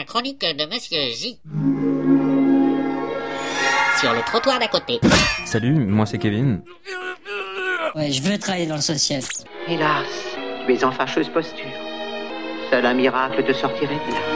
chronique de Monsieur J. Sur le trottoir d'à côté. Salut, moi c'est Kevin. Ouais, je veux travailler dans le social. Hélas, tu es en fâcheuse posture. Seul un miracle te sortirait de là.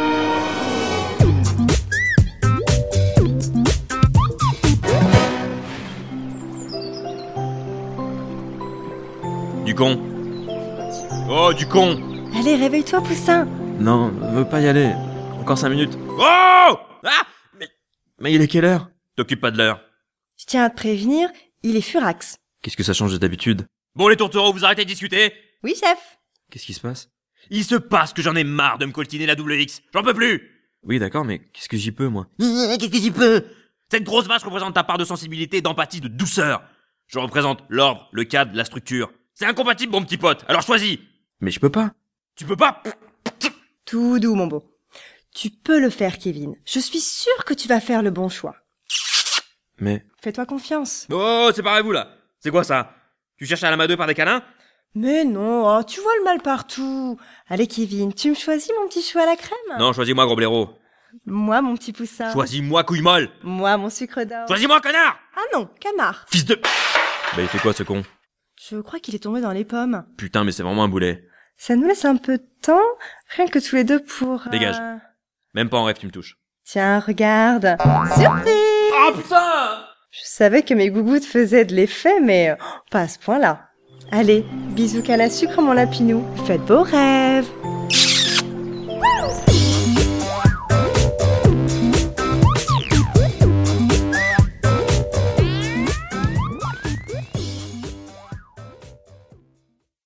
Du con. Oh, du con. Allez, réveille-toi, Poussin. Non, veux pas y aller. Encore 5 minutes. Oh ah mais il est quelle heure? T'occupe pas de l'heure. Je tiens à te prévenir, il est furax. Qu'est-ce que ça change de d'habitude? Bon les tourtereaux, vous arrêtez de discuter? Oui, chef. Qu'est-ce qui se passe? Il se passe que j'en ai marre de me coltiner la double X. J'en peux plus. Oui d'accord, mais qu'est-ce que j'y peux moi? Qu'est-ce que j'y peux? Cette grosse vache représente ta part de sensibilité, d'empathie, de douceur. Je représente l'ordre, le cadre, la structure. C'est incompatible, mon petit pote. Alors choisis. Mais je peux pas. Tu peux pas? Tout doux, mon beau. Tu peux le faire, Kevin. Je suis sûre que tu vas faire le bon choix. Mais... Fais-toi confiance. Oh, séparez-vous là. C'est quoi ça? Tu cherches à l'amadou par des câlins? Mais non, oh, tu vois le mal partout. Allez, Kevin, tu me choisis mon petit chou à la crème? Non, choisis-moi, gros blaireau. Moi, mon petit Poussin. Choisis-moi, couille molle. Moi, mon sucre d'or. Choisis-moi, connard. Ah non, canard. Fils de... Bah il fait quoi ce con? Je crois qu'il est tombé dans les pommes. Putain mais c'est vraiment un boulet. Ça nous laisse un peu de temps, rien que tous les deux pour... Dégage. Même pas en rêve tu me touches. Tiens, regarde. Surprise! Oh putain! Je savais que mes gougouttes faisaient de l'effet, mais pas à ce point-là. Allez, bisous canne à sucre, mon lapinou. Faites beaux rêves!